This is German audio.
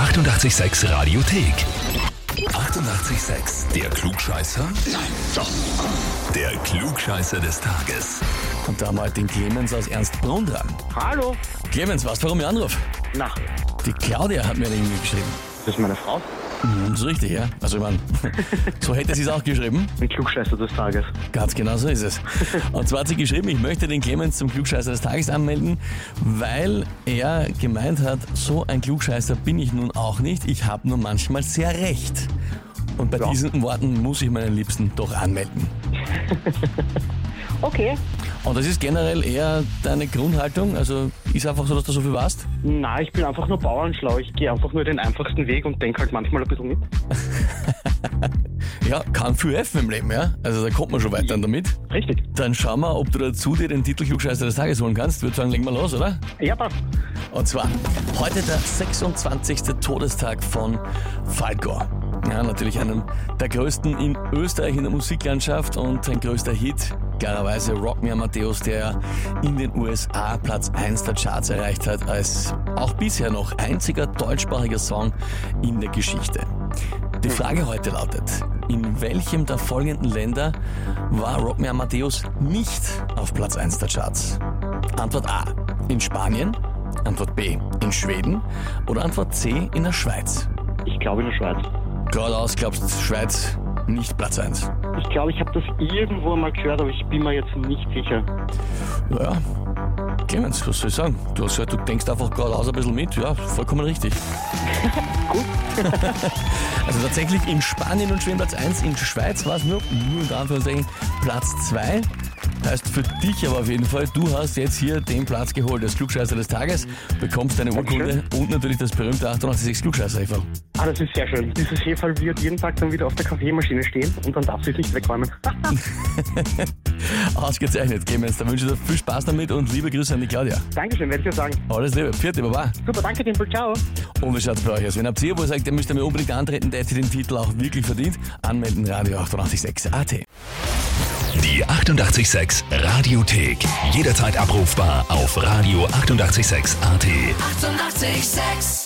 886 Radiothek. 88,6. Der Klugscheißer? Nein, doch. Der Klugscheißer des Tages. Und da haben wir halt den Clemens aus Ernstbrunn dran. Hallo? Clemens, weißt du, warum ich anrufe? Na, Die Claudia hat mir eine E-Mail geschrieben. das ist meine Frau. Das ist richtig, ja. Also ich meine, so hätte sie es auch geschrieben. Ein Klugscheißer des Tages. Ganz genau so ist es. Und zwar hat sie geschrieben, ich möchte den Clemens zum Klugscheißer des Tages anmelden, weil er gemeint hat, so ein Klugscheißer bin ich nun auch nicht, ich habe nur manchmal sehr recht. Und bei diesen Worten muss ich meinen Liebsten doch anmelden. Okay. Und das ist generell eher deine Grundhaltung? Also ist einfach so, dass du so viel weißt? Na, ich bin einfach nur bauernschlau. Ich gehe einfach nur den einfachsten Weg und denke halt manchmal ein bisschen mit. Ja, kann viel helfen im Leben, ja? Also da kommt man schon weiter damit. Richtig. Dann schauen wir, ob du dazu dir den Titel Klugscheißer des Tages holen kannst. Ich würde sagen, legen wir los, oder? Ja, passt. Und zwar heute der 26. Todestag von Falco. Ja, natürlich einen der größten in Österreich in der Musiklandschaft und ein größter Hit, klarerweise Rock Me Amadeus, der in den USA Platz 1 der Charts erreicht hat, als auch bisher noch einziger deutschsprachiger Song in der Geschichte. Die Frage heute lautet, in welchem der folgenden Länder war Rock Me Amadeus nicht auf Platz 1 der Charts? Antwort A, in Spanien, Antwort B, in Schweden oder Antwort C, in der Schweiz? Ich glaube in der Schweiz. Geradeaus glaubst Schweiz nicht Platz 1. Ich glaube, ich habe das irgendwo mal gehört, aber ich bin mir jetzt nicht sicher. Ja, Clemens, was soll ich sagen? Du hast gehört, du denkst einfach geradeaus ein bisschen mit. Ja, vollkommen richtig. Gut. Also tatsächlich in Spanien und Schweden Platz 1, in Schweiz war es nur in Anführungszeichen Platz 2. Heißt für dich aber auf jeden Fall, du hast jetzt hier den Platz geholt als Klugscheißer des Tages, bekommst deine Urkunde und natürlich das berühmte 886 Klugscheißer-Häferl. Ah, das ist sehr schön. Dieses Heferl wird jeden Tag dann wieder auf der Kaffeemaschine stehen und dann darf sie es nicht wegräumen. Ausgezeichnet, Clemens. Dann wünsche ich dir viel Spaß damit und liebe Grüße an die Claudia. Dankeschön, werde ich dir sagen. Alles Liebe, Pfiat, Baba. Super, danke, Dimpel. Ciao. Und wie schaut's bei euch aus? Wenn habt ihr, wo ihr sagt, ihr müsst mir unbedingt antreten, der hätte den Titel auch wirklich verdient, anmelden, Radio 886 AT. Die 88,6 Radiothek. Jederzeit abrufbar auf Radio 88,6 AT. 88,6.